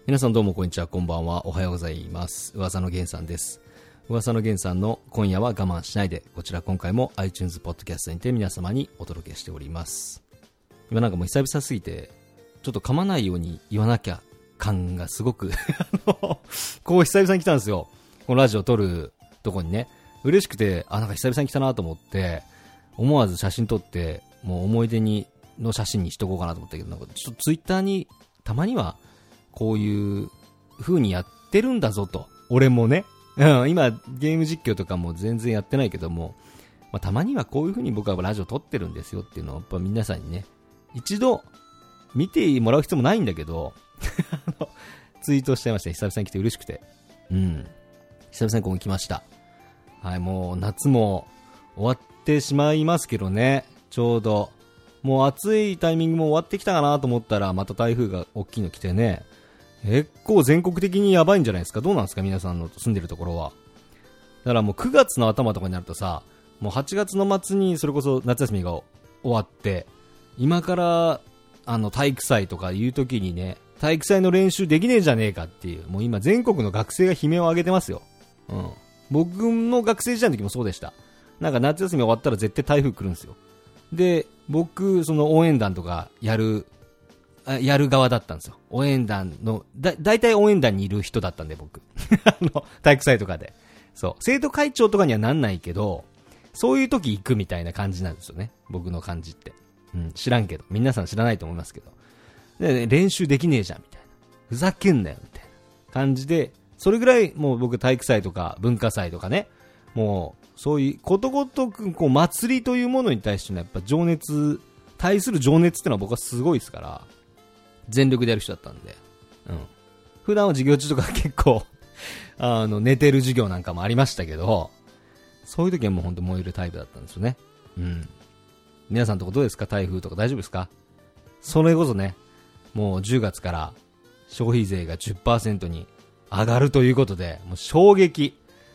皆さんどうもこんにちは、こんばんは、おはようございます。噂の源さんです。噂の源さんの今夜は我慢しないで、こちら今回も iTunes ポッドキャストにて皆様にお届けしております。今なんかもう久々すぎてちょっと噛まないように言わなきゃ感がすごくこう久々に来たんですよ、このラジオ撮るとこにね。嬉しくて、なんか久々に来たなと思って思わず写真撮って、もう思い出の写真にしとこうかなと思ったけど、なんかちょっとツイッターにたまにはこういう風にやってるんだぞと、俺もね、今ゲーム実況とかも全然やってないけども、たまにはこういう風に僕はラジオ撮ってるんですよっていうのをやっぱ皆さんにね、一度見てもらう必要もないんだけどツイートしちゃいました。久々に来て嬉しくて、久々にここに来ました。はい、もう夏も終わってしまいますけどね、ちょうどもう暑いタイミングも終わってきたかなと思ったら、また台風が大きいの来てね、結構全国的にやばいんじゃないですか。どうなんですか皆さんの住んでるところは。だからもう9月の頭とかになるとさ、もう8月の末にそれこそ夏休みが終わって、今から体育祭とかいう時にね、体育祭の練習できねえじゃねえかっていう、もう今全国の学生が悲鳴を上げてますよ。僕の学生時代の時もそうでした。なんか夏休み終わったら絶対台風来るんですよ。で、僕その応援団とかやる側だったんですよ。応援団のだいたい応援団にいる人だったんで、僕体育祭とかで、そう生徒会長とかにはなんないけど、そういう時行くみたいな感じなんですよね、僕の感じって。知らんけど、皆さん知らないと思いますけど、で練習できねえじゃんみたいな、ふざけんなよみたいな感じで、それぐらいもう僕体育祭とか文化祭とかね、もうそういうことごとくこう祭りというものに対してのやっぱ対する情熱ってのは僕はすごいですから、全力でやる人だったんで、普段は授業中とか結構寝てる授業なんかもありましたけど、そういう時はもう本当燃えるタイプだったんですよね。皆さんのとこどうですか、台風とか大丈夫ですか。それこそね、もう10月から消費税が 10% に上がるということで、もう衝撃。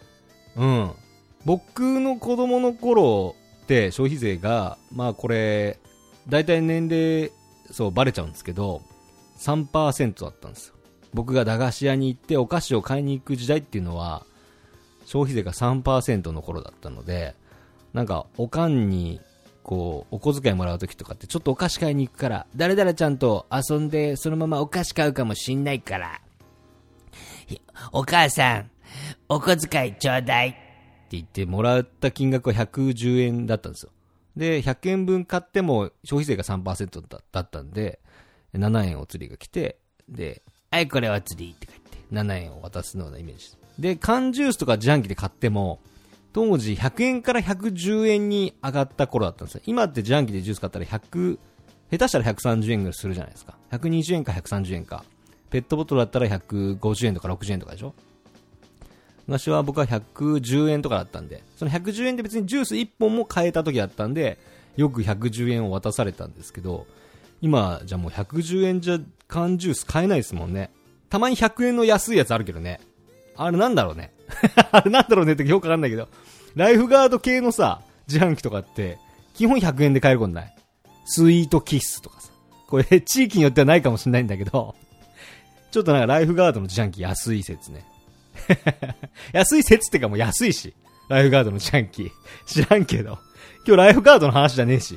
僕の子供の頃って消費税が、これ大体年齢そうバレちゃうんですけど 3% だったんですよ。僕が駄菓子屋に行ってお菓子を買いに行く時代っていうのは消費税が 3% の頃だったので、なんかおかんにこうお小遣いもらう時とかって、ちょっとお菓子買いに行くから誰々ちゃんと遊んでそのままお菓子買うかもしんないから、お母さんお小遣いちょうだいって言ってもらった金額は110円だったんですよ。で100円分買っても消費税が 3% だったんで、7円お釣りが来て、ではいこれお釣りって書いて7円を渡すようなイメージで、缶ジュースとか自販機で買っても当時100円から110円に上がった頃だったんですよ。今って自販機でジュース買ったら下手したら130円ぐらいするじゃないですか。120円か130円か、ペットボトルだったら150円とか60円とかでしょ。昔は僕は110円とかだったんで、その110円で別にジュース1本も買えた時だったんで、よく110円を渡されたんですけど、今じゃもう110円じゃ缶ジュース買えないですもんね。たまに100円の安いやつあるけどね、あれなんだろうねあれなんだろうねってよくわかんないけど、ライフガード系のさ自販機とかって基本100円で買えることない。スイートキッスとかさ、これ地域によってはないかもしれないんだけど、ちょっとなんかライフガードの自販機安い説ね安い説ってかもう安いし、ライフガードの自販機知らんけど、今日ライフガードの話じゃねえし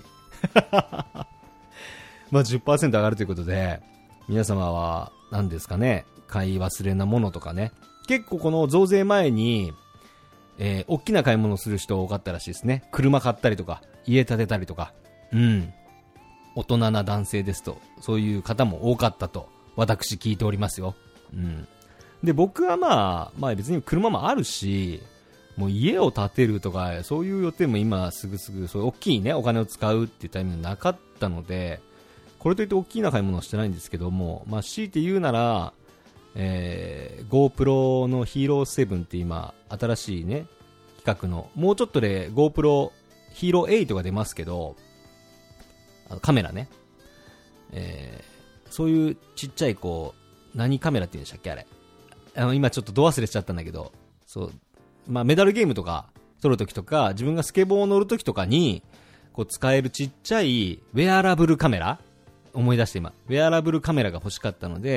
10% 上がるということで、皆様は何ですかね、買い忘れなものとかね、結構この増税前に、大きな買い物をする人多かったらしいですね。車買ったりとか家建てたりとか、大人な男性ですとそういう方も多かったと私聞いておりますよ。で僕は別に車もあるし、もう家を建てるとかそういう予定も今すぐそういう大きいねお金を使うっていうタイミングなかったので、これといって大きな買い物はしてないんですけども、強いて言うなら、GoPro の Hero7 って今新しいね企画の、もうちょっとで GoPro Hero8 が出ますけど、カメラね、そういうちっちゃいこう何カメラって言うんでしたっけあれ、今ちょっとど忘れしちゃったんだけど、そうメダルゲームとか撮るときとか自分がスケボーを乗るときとかにこう使えるちっちゃいウェアラブルカメラ、思い出して今ウェアラブルカメラが欲しかったので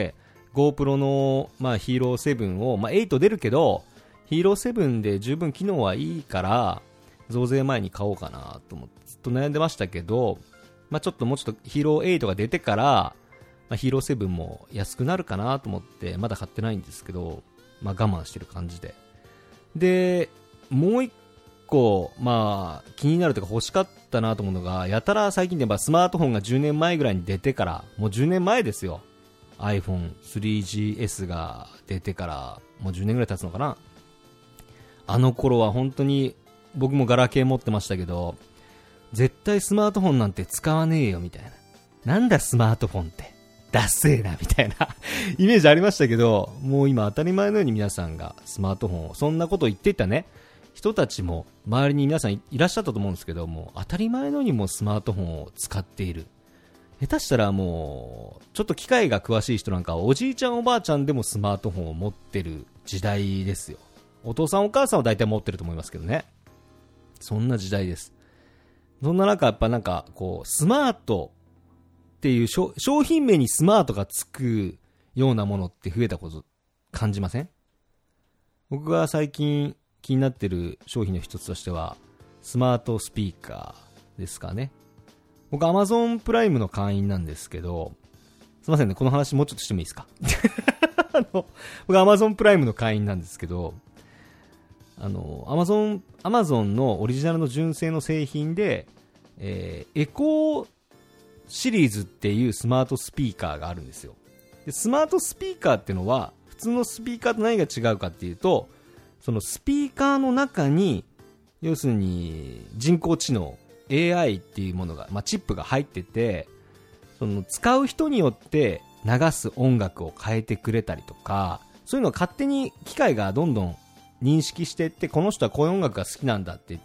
GoPro の、ヒーロー7を、8出るけどヒーロー7で十分機能はいいから増税前に買おうかなと思ってずっと悩んでましたけど、ちょっともうちょっとヒーロー8が出てから、ヒーロー7も安くなるかなと思ってまだ買ってないんですけど、我慢してる感じで、もう一個、気になるというか欲しかったなと思うのが、やたら最近でスマートフォンが10年前ぐらいに出てから、もう10年前ですよ。iPhone3GS が出てからもう10年ぐらい経つのかな。あの頃は本当に僕もガラケー持ってましたけど、絶対スマートフォンなんて使わねえよみたいな。なんだスマートフォンって。ダッセーなみたいなイメージありましたけど、もう今当たり前のように皆さんがスマートフォンを、そんなことを言っていたね人たちも周りに皆さんいらっしゃったと思うんですけども、当たり前のようにもうスマートフォンを使っている。下手したらもうちょっと機械が詳しい人なんかはおじいちゃんおばあちゃんでもスマートフォンを持ってる時代ですよ。お父さんお母さんは大体持ってると思いますけどね。そんな時代です。そんな中やっぱスマートっていう商品名にスマートがつくようなものって増えたこと感じません？僕が最近気になってる商品の一つとしてはスマートスピーカーですかね。僕 Amazon プライムの会員なんですけど、すいませんね、この話もうちょっとしてもいいですか僕 Amazon プライムの会員なんですけど、Amazon のオリジナルの純正の製品で、エコーシリーズっていうスマートスピーカーがあるんですよ。でスマートスピーカーってのは普通のスピーカーと何が違うかっていうと、そのスピーカーの中に要するに人工知能 AI っていうものが、チップが入ってて、その使う人によって流す音楽を変えてくれたりとか、そういうのを勝手に機械がどんどん認識していって、この人はこういう音楽が好きなんだって言って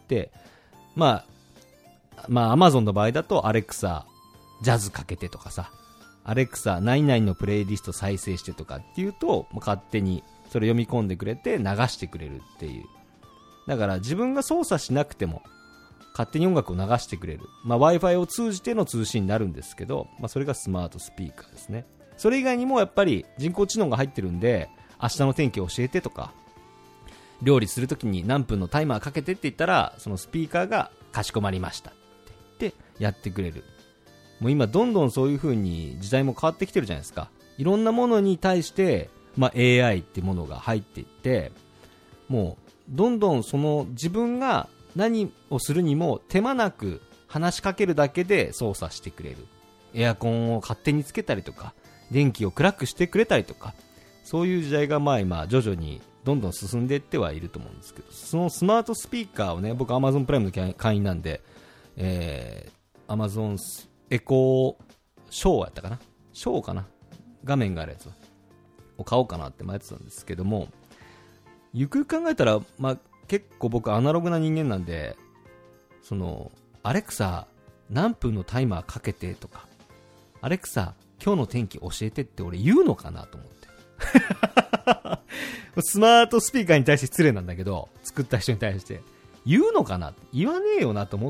、Amazon の場合だとアレクサジャズかけてとかさ、アレクサ何々のプレイリスト再生してとかっていうと、勝手にそれ読み込んでくれて流してくれるっていう。だから自分が操作しなくても勝手に音楽を流してくれる、Wi-Fi を通じての通信になるんですけど、それがスマートスピーカーですね。それ以外にもやっぱり人工知能が入ってるんで、明日の天気を教えてとか、料理するときに何分のタイマーかけてって言ったら、そのスピーカーがかしこまりましたって言ってやってくれる。もう今どんどんそういう風に時代も変わってきてるじゃないですか。いろんなものに対して、AI ってものが入っていって、もうどんどんその自分が何をするにも手間なく話しかけるだけで操作してくれる。エアコンを勝手につけたりとか、電気を暗くしてくれたりとか、そういう時代が今徐々にどんどん進んでいってはいると思うんですけど、そのスマートスピーカーをね、僕 Amazon プライムの会員なんで、Amazon エコーショーやったかな、ショーかな、画面があるやつを買おうかなって迷ってたんですけども、ゆくゆく考えたら、結構僕アナログな人間なんで、そのアレクサ何分のタイマーかけてとか、アレクサ今日の天気教えてって俺言うのかなと思ってスマートスピーカーに対して失礼なんだけど、作った人に対して言うのかな、言わねえよなと思って、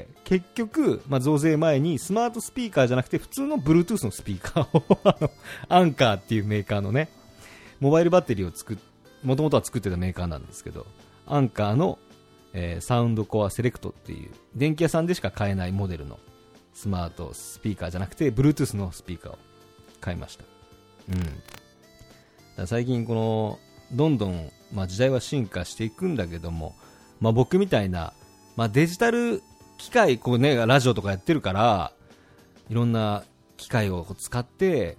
結局、増税前にスマートスピーカーじゃなくて普通の Bluetooth のスピーカーをアンカーっていうメーカーのね、モバイルバッテリーをもともとは作ってたメーカーなんですけど、アンカーの、サウンドコアセレクトっていう電気屋さんでしか買えないモデルのスマートスピーカーじゃなくて Bluetooth のスピーカーを買いました。だから最近このどんどん、時代は進化していくんだけども、僕みたいな、デジタル機械ラジオとかやってるからいろんな機械を使って、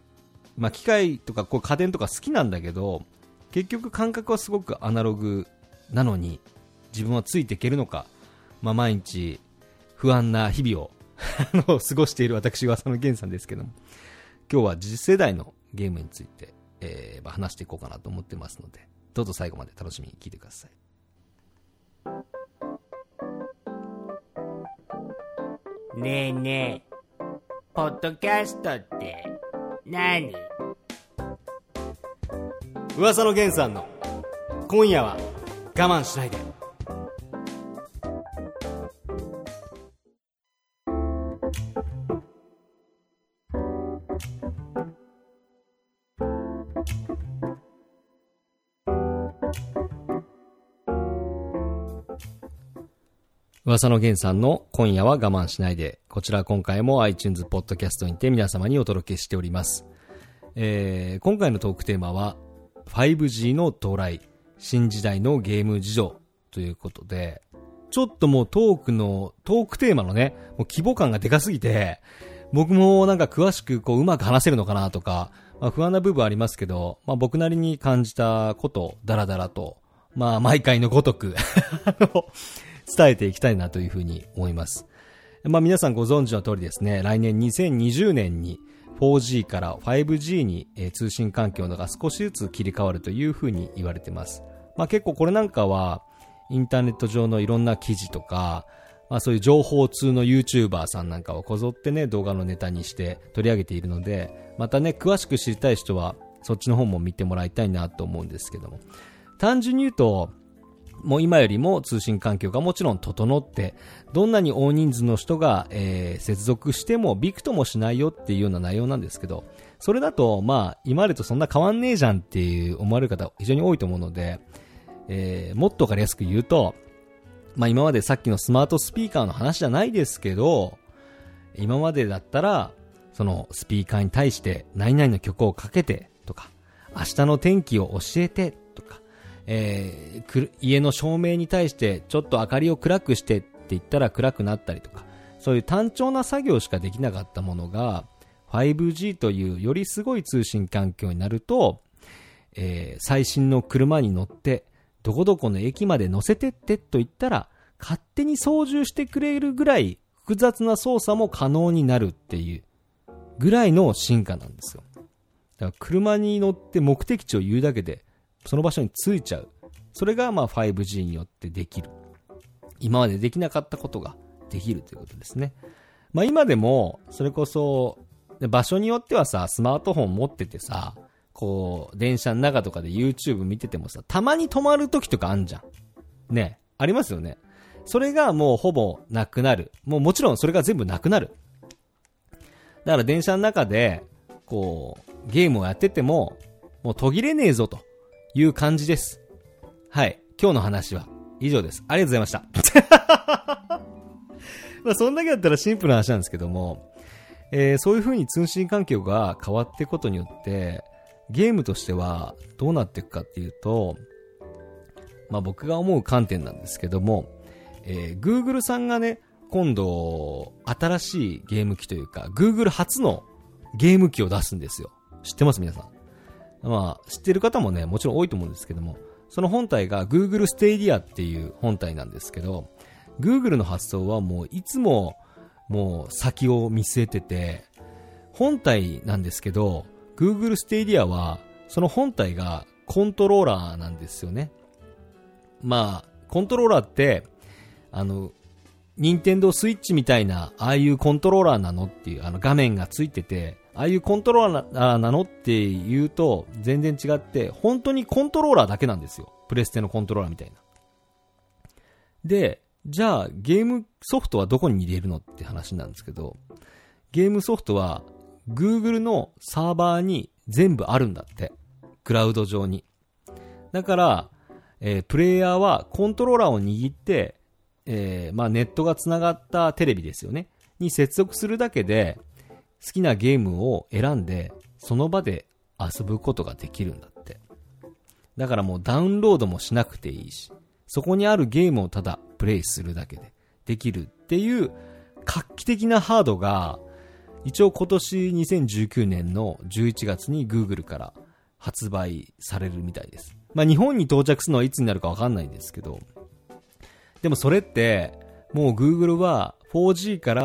機械とか家電とか好きなんだけど、結局感覚はすごくアナログなのに自分はついていけるのか、毎日不安な日々を過ごしている私噂野源さんですけども、今日は次世代のゲームについて、話していこうかなと思ってますので、どうぞ最後まで楽しみに聞いてください。 ねえねえ、ポッドキャストって何？ 噂野源さんの今夜は我慢しないで。 噂の源さんの今夜は我慢しないで、こちら今回も iTunes ポッドキャストにて皆様にお届けしております。今回のトークテーマは 5G の到来、新時代のゲーム事情ということで、ちょっともうトークテーマのね、もう規模感がでかすぎて、僕もなんか詳しくうまく話せるのかなとか、不安な部分ありますけど、僕なりに感じたことをダラダラと、毎回のごとく伝えていきたいなというふうに思います。皆さんご存知の通りですね、来年2020年に 4G から 5G に通信環境が少しずつ切り替わるというふうに言われてます。結構これなんかはインターネット上のいろんな記事とか、そういう情報通の YouTuber さんなんかをこぞってね、動画のネタにして取り上げているので、またね、詳しく知りたい人はそっちの方も見てもらいたいなと思うんですけども、単純に言うと、もう今よりも通信環境がもちろん整って、どんなに大人数の人が、接続してもびくともしないよっていうような内容なんですけど、それだと今までとそんな変わんねえじゃんっていう思われる方非常に多いと思うので、もっとわかりやすく言うと、今までさっきのスマートスピーカーの話じゃないですけど、今までだったらそのスピーカーに対して何々の曲をかけてとか、明日の天気を教えてとか、家の照明に対してちょっと明かりを暗くしてって言ったら暗くなったりとか、そういう単調な作業しかできなかったものが 5G というよりすごい通信環境になると、最新の車に乗ってどこどこの駅まで乗せてってと言ったら勝手に操縦してくれるぐらい複雑な操作も可能になるっていうぐらいの進化なんですよ。だから車に乗って目的地を言うだけでその場所に着いちゃう。それが5G によってできる。今までできなかったことができるということですね。今でもそれこそ場所によってはさ、スマートフォン持っててさ、電車の中とかで YouTube 見ててもさ、たまに止まる時とかあんじゃん。ね。ありますよね。それがもうほぼなくなる。もちろんそれが全部なくなる。だから電車の中で、ゲームをやってても、もう途切れねえぞという感じです。はい。今日の話は以上です。ありがとうございました。そんだけだったらシンプルな話なんですけども、そういう風に通信環境が変わっていくことによって、ゲームとしてはどうなっていくかっていうと、僕が思う観点なんですけども、Google さんがね、今度新しいゲーム機というか Google 初のゲーム機を出すんですよ。知ってます皆さん。知ってる方もね、もちろん多いと思うんですけども、その本体が Google Stadia っていう本体なんですけど、Google の発想はもういつももう先を見据えてて、本体なんですけど、Google Stadia はその本体がコントローラーなんですよね。コントローラーって任天堂スイッチみたいなああいうコントローラーなのっていう画面がついてて、ああいうコントローラーなのって言うと全然違って、本当にコントローラーだけなんですよ。プレステのコントローラーみたいな。で、じゃあゲームソフトはどこに入れるのって話なんですけど、ゲームソフトは Google のサーバーに全部あるんだって。クラウド上に。だから、プレイヤーはコントローラーを握って、ネットがつながったテレビですよね。に接続するだけで、好きなゲームを選んで、その場で遊ぶことができるんだって。だからもうダウンロードもしなくていいし、そこにあるゲームをただプレイするだけでできるっていう画期的なハードが、一応今年2019年の11月に Google から発売されるみたいです。日本に到着するのはいつになるかわかんないんですけど、でもそれってもう Google は 4G から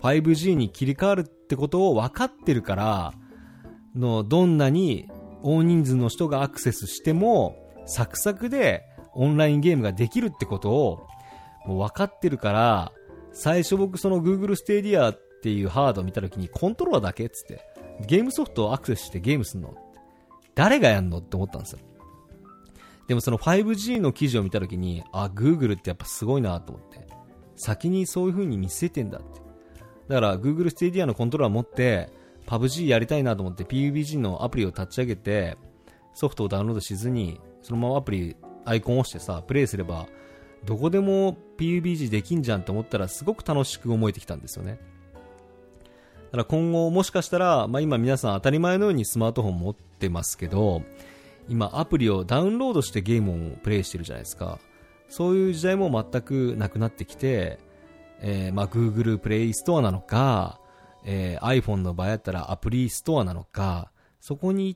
5G に切り替わるってことを分かってるから、どんなに大人数の人がアクセスしてもサクサクでオンラインゲームができるってことをもう分かってるから、最初僕その Google Stadia っていうハードを見たときにコントローラーだけっつって、ゲームソフトをアクセスしてゲームするの誰がやんのって思ったんですよ。でもその 5G の記事を見たときに、Google ってやっぱすごいなと思って、先にそういう風に見据えてんだって。だから Google Stadia のコントローラー持って PUBG やりたいなと思って PUBG のアプリを立ち上げて、ソフトをダウンロードしずにそのままアプリアイコンを押してさ、プレイすればどこでも PUBG できんじゃんと思ったらすごく楽しく思えてきたんですよね。だから今後もしかしたら、今皆さん当たり前のようにスマートフォン持ってますけど、今アプリをダウンロードしてゲームをプレイしてるじゃないですか。そういう時代も全くなくなってきて、Google プレイストアなのか、iPhone の場合やったらアプリストアなのか、そこに行って、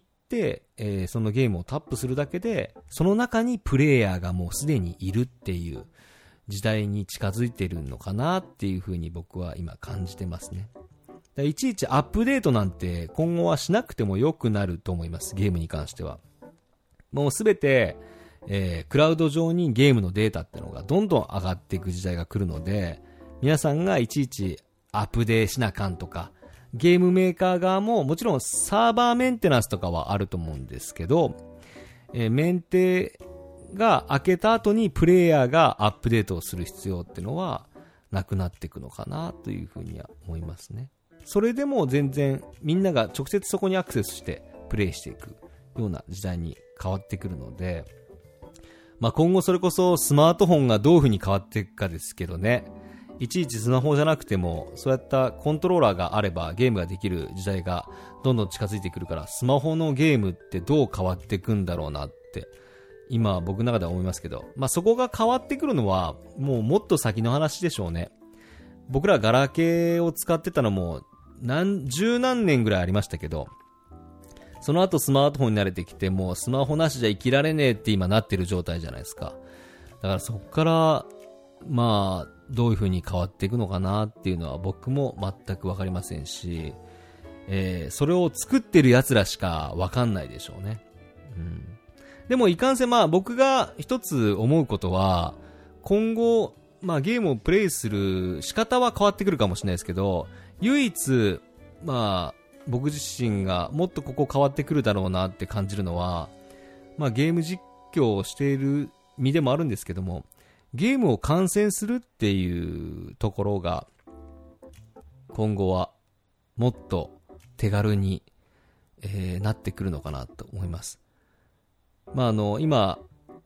そのゲームをタップするだけで、その中にプレイヤーがもうすでにいるっていう時代に近づいてるのかなっていうふうに僕は今感じてますね。いちいちアップデートなんて今後はしなくても良くなると思います。ゲームに関しては。もうすべて、クラウド上にゲームのデータってのがどんどん上がっていく時代が来るので、皆さんがいちいちアップデートしなかんとか、ゲームメーカー側ももちろんサーバーメンテナンスとかはあると思うんですけど、メンテが明けた後にプレイヤーがアップデートをする必要ってのはなくなっていくのかなというふうには思いますね。それでも全然みんなが直接そこにアクセスしてプレイしていくような時代に変わってくるので、今後それこそスマートフォンがどういう風に変わっていくかですけどね。いちいちスマホじゃなくてもそうやったコントローラーがあればゲームができる時代がどんどん近づいてくるから、スマホのゲームってどう変わっていくんだろうなって今僕の中では思いますけど、そこが変わってくるのはもうもっと先の話でしょうね。僕らガラケーを使ってたのも十何年ぐらいありましたけど、その後スマートフォンに慣れてきて、もうスマホなしじゃ生きられねえって今なってる状態じゃないですか。だからそこからどういう風に変わっていくのかなっていうのは僕も全くわかりませんし、それを作ってる奴らしかわかんないでしょうね。でもいかんせん僕が一つ思うことは、今後ゲームをプレイする仕方は変わってくるかもしれないですけど、唯一僕自身がもっとここ変わってくるだろうなって感じるのは、ゲーム実況をしている身でもあるんですけども、ゲームを観戦するっていうところが今後はもっと手軽に、なってくるのかなと思います。今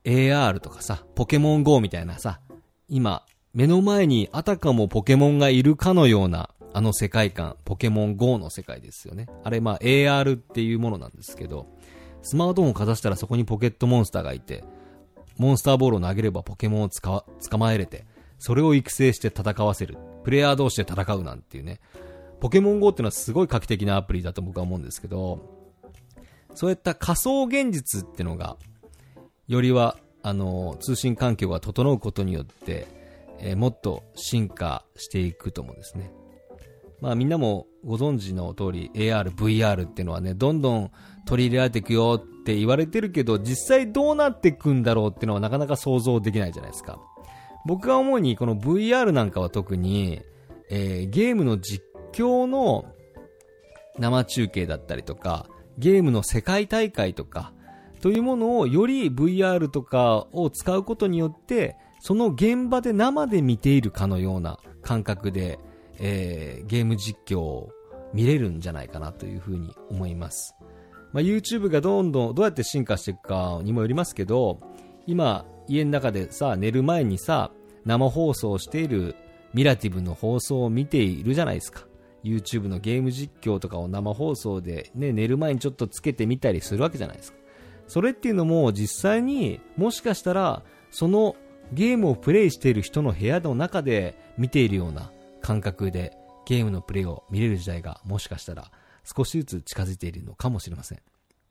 AR とかさ、ポケモン GO みたいなさ、今目の前にあたかもポケモンがいるかのような世界観、ポケモン GO の世界ですよね。あれAR っていうものなんですけど、スマートフォンをかざしたらそこにポケットモンスターがいて、モンスターボールを投げればポケモンを捕まえれて、それを育成して戦わせる、プレイヤー同士で戦うなんていうね。ポケモン GO っていうのはすごい画期的なアプリだと僕は思うんですけど、そういった仮想現実っていうのがよりは通信環境が整うことによって、もっと進化していくと思うんですね。みんなもご存知の通り AR、VR っていうのはね、どんどん取り入れられていくよって言われてるけど、実際どうなっていくんだろうっていうのはなかなか想像できないじゃないですか。僕が思うにこの VR なんかは特に、ゲームの実況の生中継だったりとか、ゲームの世界大会とかというものをより VR とかを使うことによって、その現場で生で見ているかのような感覚でゲーム実況を見れるんじゃないかなというふうに思います。YouTube がどんどんどうやって進化していくかにもよりますけど、今家の中でさ、寝る前にさ、生放送しているミラティブの放送を見ているじゃないですか。 YouTube のゲーム実況とかを生放送で、ね、寝る前にちょっとつけてみたりするわけじゃないですか。それっていうのも実際にもしかしたらそのゲームをプレイしている人の部屋の中で見ているような感覚でゲームのプレイを見れる時代がもしかしたら少しずつ近づいているのかもしれません。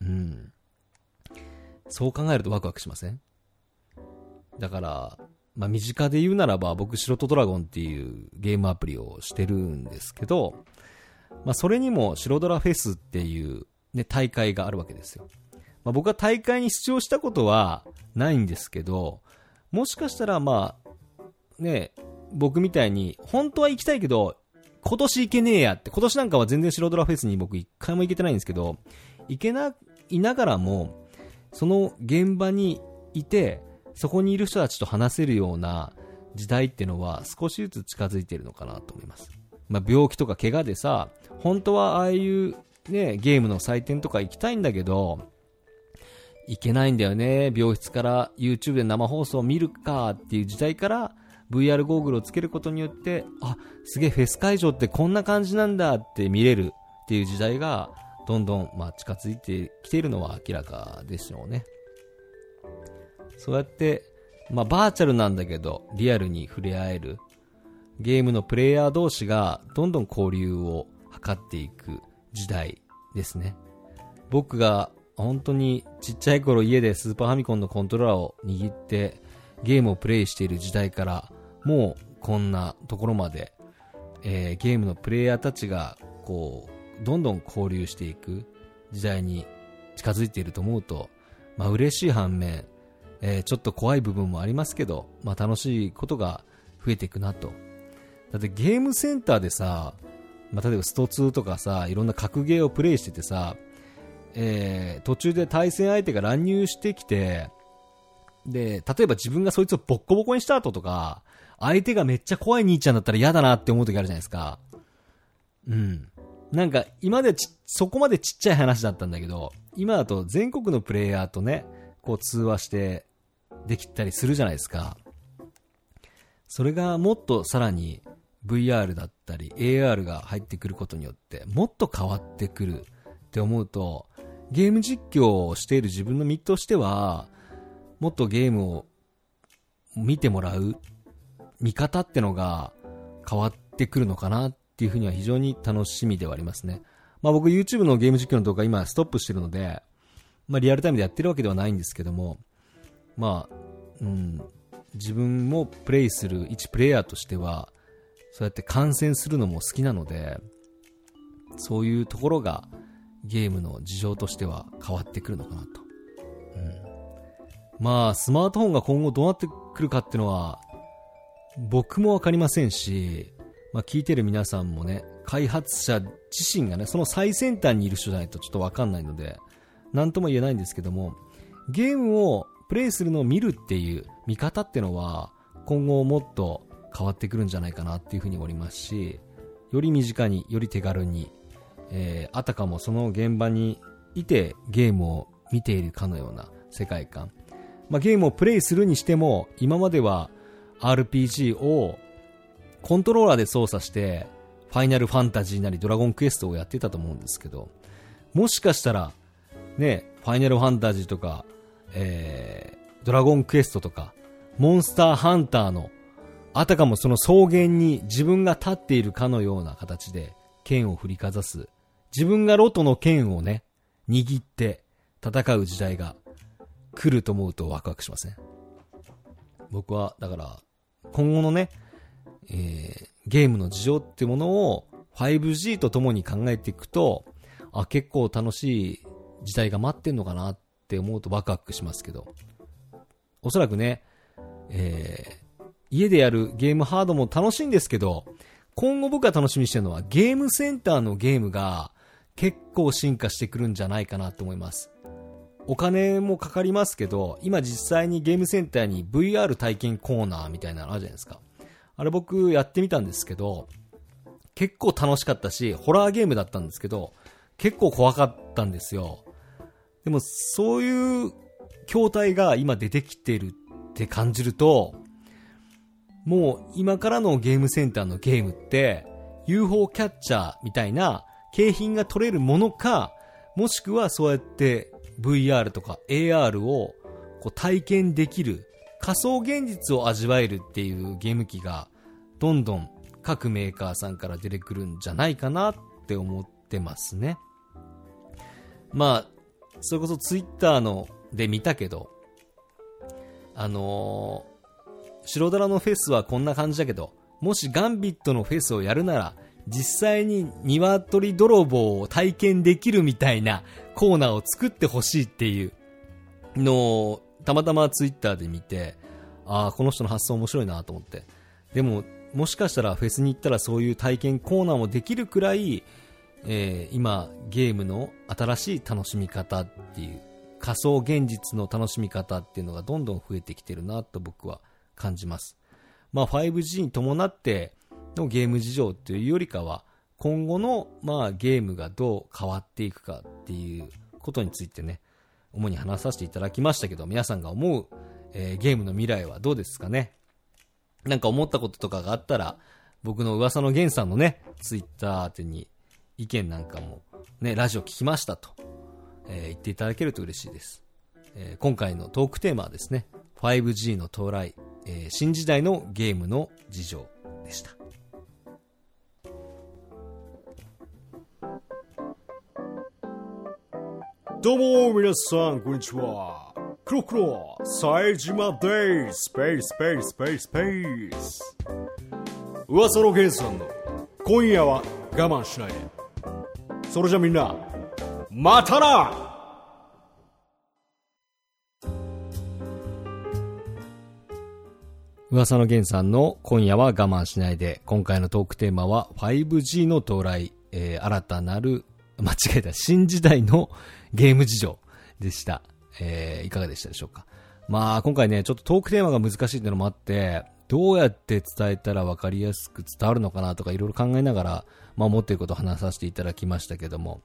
そう考えるとワクワクしません？だから身近で言うならば、僕白とドラゴンっていうゲームアプリをしてるんですけど、それにも白ドラフェスっていうね、大会があるわけですよ。僕は大会に出場したことはないんですけど、もしかしたら僕みたいに本当は行きたいけど今年行けねえやって、今年なんかは全然白ドラフェスに僕一回も行けてないんですけど、いながらもその現場にいて、そこにいる人たちと話せるような時代っていうのは少しずつ近づいているのかなと思います。病気とか怪我でさ、本当はああいうね、ゲームの祭典とか行きたいんだけど、 いけないんだよね。病室から YouTube で生放送を見るかっていう時代から VR ゴーグルをつけることによって、あ、すげえフェス会場ってこんな感じなんだって見れるっていう時代がどんどん近づいてきているのは明らかでしょうね。そうやってバーチャルなんだけどリアルに触れ合えるゲームのプレイヤー同士がどんどん交流を図っていく時代ですね。僕が本当にちっちゃい頃家でスーパーファミコンのコントローラーを握ってゲームをプレイしている時代からもうこんなところまで、ゲームのプレイヤーたちがこうどんどん交流していく時代に近づいていると思うと、嬉しい反面、ちょっと怖い部分もありますけど、楽しいことが増えていくなと。だってゲームセンターでさ、例えばスト2とかさ、いろんな格ゲーをプレイしててさ、途中で対戦相手が乱入してきて、で、例えば自分がそいつをボッコボコにした後とか、相手がめっちゃ怖い兄ちゃんだったら嫌だなって思う時あるじゃないですか。なんか今までそこまでちっちゃい話だったんだけど、今だと全国のプレイヤーとね、こう通話してできたりするじゃないですか。それがもっとさらに VR だったり AR が入ってくることによってもっと変わってくるって思うと、ゲーム実況をしている自分の身としては、もっとゲームを見てもらう見方ってのが変わってくるのかなっていうふうには非常に楽しみではありますね。僕 YouTube のゲーム実況の動画今ストップしてるので、リアルタイムでやってるわけではないんですけども、自分もプレイする一プレイヤーとしてはそうやって観戦するのも好きなので、そういうところがゲームの事情としては変わってくるのかなと。スマートフォンが今後どうなってくるかっていうのは僕もわかりませんし、聞いてる皆さんもね、開発者自身がね、その最先端にいる人じゃないとちょっとわかんないので何とも言えないんですけども、ゲームをプレイするのを見るっていう見方っていうのは今後もっと変わってくるんじゃないかなっていうふうに思いますし、より身近により手軽に、あたかもその現場にいてゲームを見ているかのような世界観、ゲームをプレイするにしても今までは RPG をコントローラーで操作してファイナルファンタジーなりドラゴンクエストをやってたと思うんですけど、もしかしたらね、ファイナルファンタジーとか、ドラゴンクエストとかモンスターハンターのあたかもその草原に自分が立っているかのような形で剣を振りかざす、自分がロトの剣をね握って戦う時代が来ると思うとワクワクしません？僕はだから今後のね、ゲームの事情っていうものを 5G とともに考えていくと、結構楽しい時代が待ってんのかなって思うとワクワクしますけど、おそらくね、家でやるゲームハードも楽しいんですけど、今後僕が楽しみにしてるのはゲームセンターのゲームが結構進化してくるんじゃないかなと思います。お金もかかりますけど、今実際にゲームセンターに VR 体験コーナーみたいなのあるじゃないですか。あれ僕やってみたんですけど、結構楽しかったし、ホラーゲームだったんですけど結構怖かったんですよ。でもそういう筐体が今出てきてるって感じると、もう今からのゲームセンターのゲームって UFO キャッチャーみたいな景品が取れるものか、もしくはそうやって VR とか AR をこう体験できる仮想現実を味わえるっていうゲーム機がどんどん各メーカーさんから出てくるんじゃないかなって思ってますね。それこそツイッターので見たけど、白ドラのフェスはこんな感じだけど、もしガンビットのフェスをやるなら実際に鶏泥棒を体験できるみたいなコーナーを作ってほしいっていうのをたまたまツイッターで見て、この人の発想面白いなと思って。でももしかしたらフェスに行ったらそういう体験コーナーもできるくらい、今ゲームの新しい楽しみ方っていう仮想現実の楽しみ方っていうのがどんどん増えてきてるなと僕は感じます。5G に伴ってのゲーム事情っていうよりかは、今後のゲームがどう変わっていくかっていうことについてね、 主に話させていただきましたけど、皆さんが思う、ゲームの未来はどうですかね。なんか思ったこととかがあったら、僕の噂の源さんのね、ツイッター宛てに意見なんかもね、ラジオ聞きましたと、言っていただけると嬉しいです。今回のトークテーマはですね、5G の到来、新時代のゲームの事情でした。 どうも皆さんこんにちは。クロクロ冴島です。スペースペースペースペース。噂の源さんの今夜は我慢しないで。それじゃみんなまたな。 噂の源さんの今夜は我慢しないで。今回のトークテーマは 5G の到来、新たなる間違えた新時代のゲーム事情でした。いかがでしたでしょうか。まあ今回ねちょっとトークテーマが難しいっていうのもあって、どうやって伝えたら分かりやすく伝わるのかなとかいろいろ考えながら、まあ思っていることを話させていただきましたけども、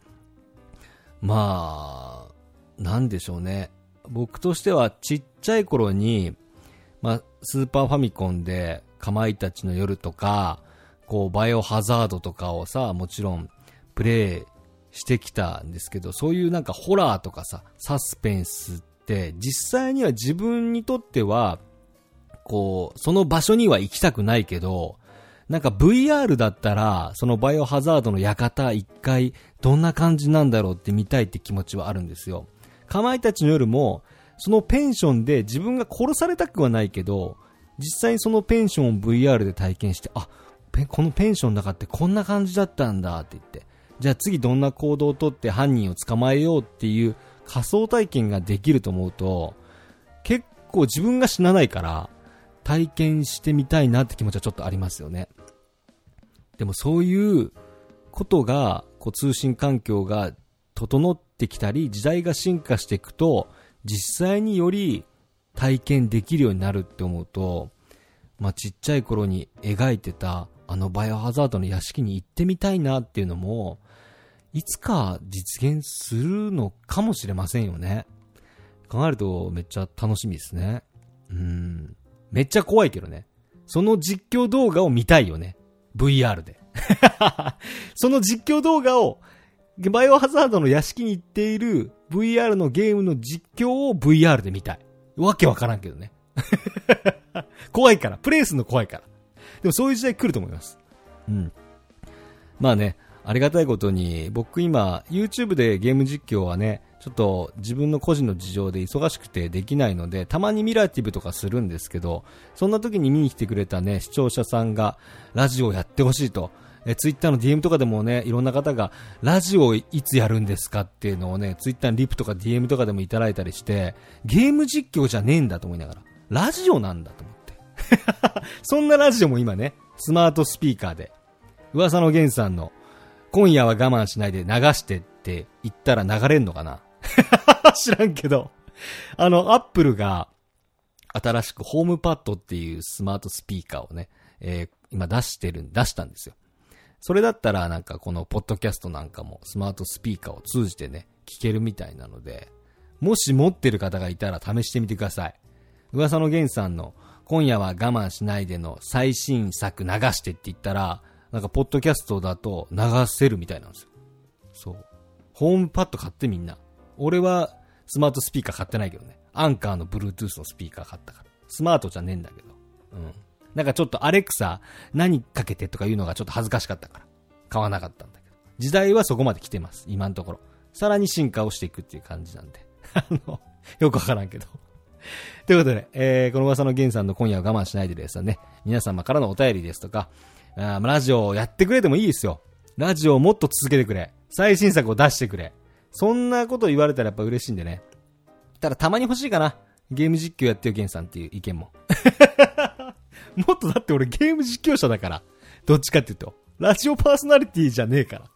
まあなんでしょうね。僕としてはちっちゃい頃に、まあスーパーファミコンでかまいたちの夜とか、こうバイオハザードとかをさ、もちろんプレイしてきたんですけど、そういうなんかホラーとかさ、サスペンスって実際には自分にとってはこうその場所には行きたくないけど、なんか VR だったらそのバイオハザードの館一回どんな感じなんだろうって見たいって気持ちはあるんですよ。かまいたちの夜もそのペンションで自分が殺されたくはないけど、実際にそのペンションを VR で体験して、あ、このペンションの中ってこんな感じだったんだって言って、じゃあ次どんな行動をとって犯人を捕まえようっていう仮想体験ができると思うと、結構自分が死なないから体験してみたいなって気持ちはちょっとありますよね。でもそういうことがこう通信環境が整ってきたり時代が進化していくと、実際により体験できるようになるって思うと、まあちっちゃい頃に描いてたあのバイオハザードの屋敷に行ってみたいなっていうのもいつか実現するのかもしれませんよね。考えるとめっちゃ楽しみですね。めっちゃ怖いけどね。その実況動画を見たいよね。VR で。その実況動画をバイオハザードの屋敷に行っている VR のゲームの実況を VR で見たい。わけわからんけどね。怖いから。プレイするの怖いから。でもそういう時代来ると思います。まあね、ありがたいことに僕今 YouTube でゲーム実況はね、ちょっと自分の個人の事情で忙しくてできないので、たまにミラティブとかするんですけど、そんな時に見に来てくれたね視聴者さんがラジオやってほしいと、Twitter の DM とかでもね、いろんな方がラジオいつやるんですかっていうのをね、Twitter のリプとか DM とかでもいただいたりして、ゲーム実況じゃねえんだと思いながら、ラジオなんだと思ってそんなラジオも今ね、スマートスピーカーで噂の源さんの今夜は我慢しないで流してって言ったら流れんのかな知らんけど、アップルが新しくホームパッドっていうスマートスピーカーをね、今出したんですよ。それだったらなんかこのポッドキャストなんかもスマートスピーカーを通じてね、聞けるみたいなので、もし持ってる方がいたら試してみてください。噂の源さんの今夜は我慢しないでの最新作流してって言ったら、なんかポッドキャストだと流せるみたいなんですよ。そう。ホームパッド買ってみんな。俺はスマートスピーカー買ってないけどね。アンカーの Bluetooth のスピーカー買ったから。スマートじゃねえんだけど。なんかちょっとアレクサ何かけてとか言うのがちょっと恥ずかしかったから買わなかったんだけど。時代はそこまで来てます。今のところ。さらに進化をしていくっていう感じなんで。よくわからんけど。ということで、この噂の源さんの今夜は我慢しないでですね、皆様からのお便りですとか、ラジオをやってくれてもいいですよ。ラジオをもっと続けてくれ。最新作を出してくれ。そんなこと言われたらやっぱ嬉しいんでね。ただたまに欲しいかな。ゲーム実況やってよ源さんっていう意見も。もっとだって俺ゲーム実況者だから。どっちかっていうと。ラジオパーソナリティじゃねえから。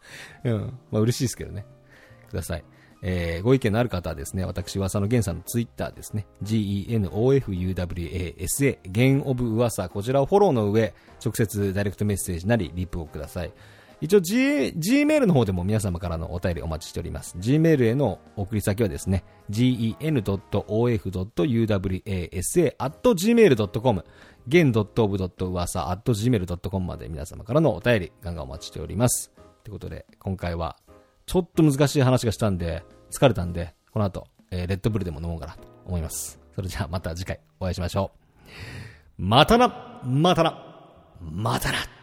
まあ嬉しいですけどね。ください。ご意見のある方はですね、私、噂の源さんのツイッターですね。genofuwasa、弦オブ噂、こちらをフォローの上、直接ダイレクトメッセージなり、リプをください。 一応 Gmail の方でも皆様からのお便りお待ちしております。Gmail への送り先はですね、gen.of.uwasa@gmail.com、gen.of.uwasa@gmail.com まで皆様からのお便りガンガンお待ちしております。ということで、今回はちょっと難しい話がしたんで、疲れたんで、この後、レッドブルでも飲もうかなと思います。それじゃあまた次回お会いしましょう。またな、またな、またな。